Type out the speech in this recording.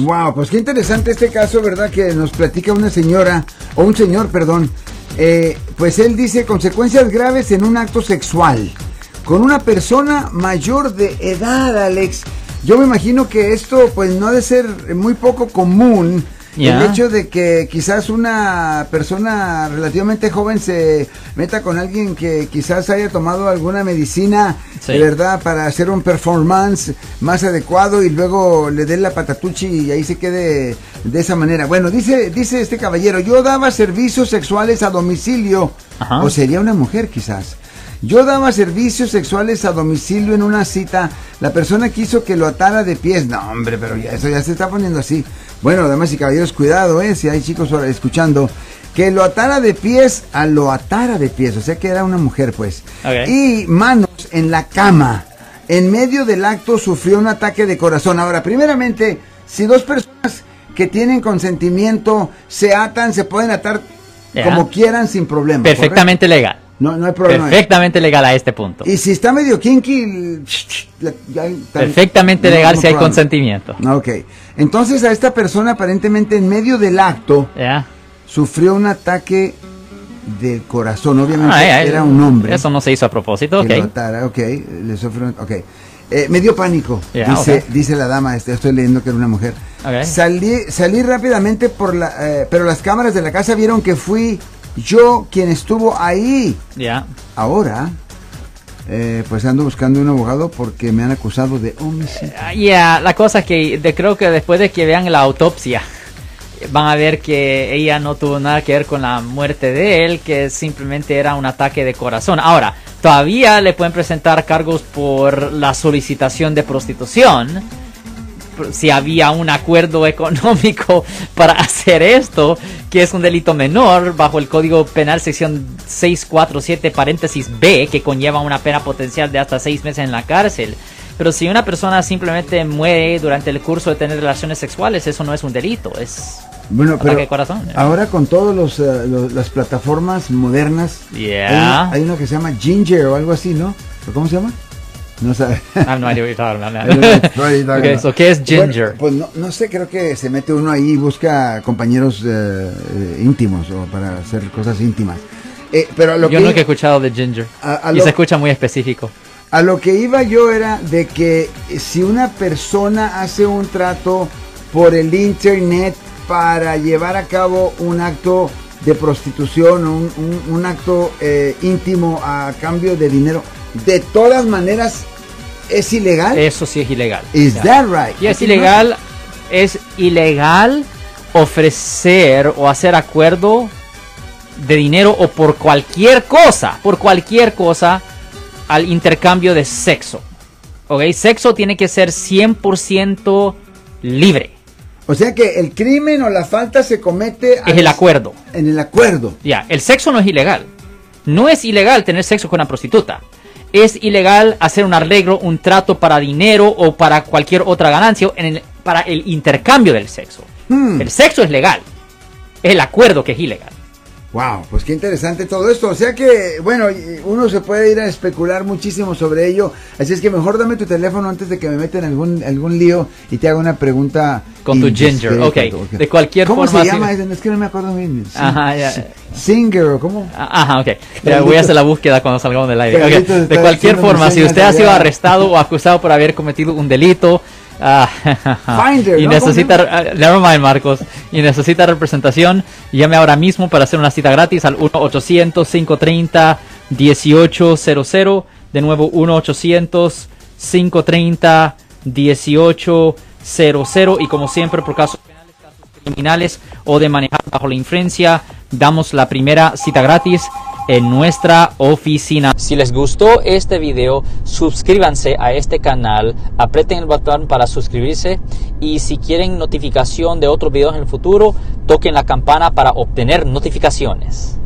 Wow, pues qué interesante este caso, ¿verdad? Que nos platica una señora, o un señor, perdón. Pues él dice consecuencias graves en un acto sexual con una persona mayor de edad, Alex. Yo me imagino que esto pues no ha de ser muy poco común. El hecho de que quizás una persona relativamente joven se meta con alguien que quizás haya tomado alguna medicina, de verdad, para hacer un performance más adecuado y luego le dé la patatuchi y ahí se quede de esa manera. Bueno, dice este caballero, yo daba servicios sexuales a domicilio, o sería una mujer quizás. Yo daba servicios sexuales a domicilio en una cita. La persona quiso que lo atara de pies. No, hombre, pero eso ya se está poniendo así. Bueno, damas y caballeros, cuidado, si hay chicos escuchando. Que lo atara de pies o sea que era una mujer, pues. Okay. Y manos en la cama. En medio del acto sufrió un ataque de corazón. Ahora, primeramente, si dos personas que tienen consentimiento se atan, se pueden atar como quieran sin problema. Perfectamente legal. No hay problema. Perfectamente legal a este punto. Y si está medio kinky, perfectamente legal si hay consentimiento. Ok. Entonces a esta persona aparentemente en medio del acto sufrió un ataque del corazón. Obviamente era un hombre. Eso no se hizo a propósito. Que lo atara, le sufrió, me dio pánico, dice la dama, estoy leyendo que era una mujer. Salí rápidamente pero las cámaras de la casa vieron que fui yo quien estuvo ahí. Ahora, pues ando buscando un abogado porque me han acusado de homicidio. La cosa es que creo que después de que vean la autopsia van a ver que ella no tuvo nada que ver con la muerte de él, que simplemente era un ataque de corazón. Ahora, todavía le pueden presentar cargos por la solicitación de prostitución, si había un acuerdo económico para hacer esto, que es un delito menor bajo el Código Penal sección 647 paréntesis B, que conlleva una pena potencial de hasta 6 meses en la cárcel. Pero si una persona simplemente muere durante el curso de tener relaciones sexuales, eso no es un delito, es ataque de corazón. Ahora con todas las plataformas modernas, hay una que se llama Ginger o algo así, ¿no? ¿Cómo se llama? No sabe. No idea what you're talking about. Okay, so, ¿qué es Ginger? Bueno, pues no sé, creo que se mete uno ahí y busca compañeros íntimos o para hacer cosas íntimas. Pero yo nunca he escuchado de Ginger y se escucha muy específico. A lo que iba yo era de que si una persona hace un trato por el internet para llevar a cabo un acto de prostitución, un acto íntimo a cambio de dinero, de todas maneras, ¿es ilegal? Eso sí es ilegal. Is that right? Y es ilegal ofrecer o hacer acuerdo de dinero o por cualquier cosa al intercambio de sexo. Sexo tiene que ser 100% libre. O sea que el crimen o la falta se comete es el acuerdo. En el acuerdo. El sexo no es ilegal. No es ilegal tener sexo con una prostituta. Es ilegal hacer un arreglo, un trato para dinero o para cualquier otra ganancia para el intercambio del sexo. El sexo es legal. Es el acuerdo que es ilegal. Wow, pues qué interesante todo esto. O sea que, bueno, uno se puede ir a especular muchísimo sobre ello. Así es que mejor dame tu teléfono antes de que me meta en algún lío y te haga una pregunta. Con tu Ginger, de cualquier forma. ¿Cómo se llama? Es que no me acuerdo bien. Singer, ¿cómo? Voy a hacer la búsqueda cuando salgamos del aire. De cualquier forma, si usted ha sido arrestado o acusado por haber cometido un delito, y necesita, never mind, Marcos, y necesita representación, llame ahora mismo para hacer una cita gratis al 1-800-530-1800. De nuevo, 1-800-530-1800. Y como siempre, por casos penales, casos criminales o de manejar bajo la influencia, damos la primera cita gratis en nuestra oficina. Si les gustó este video, suscríbanse a este canal, aprieten el botón para suscribirse y si quieren notificación de otros videos en el futuro, toquen la campana para obtener notificaciones.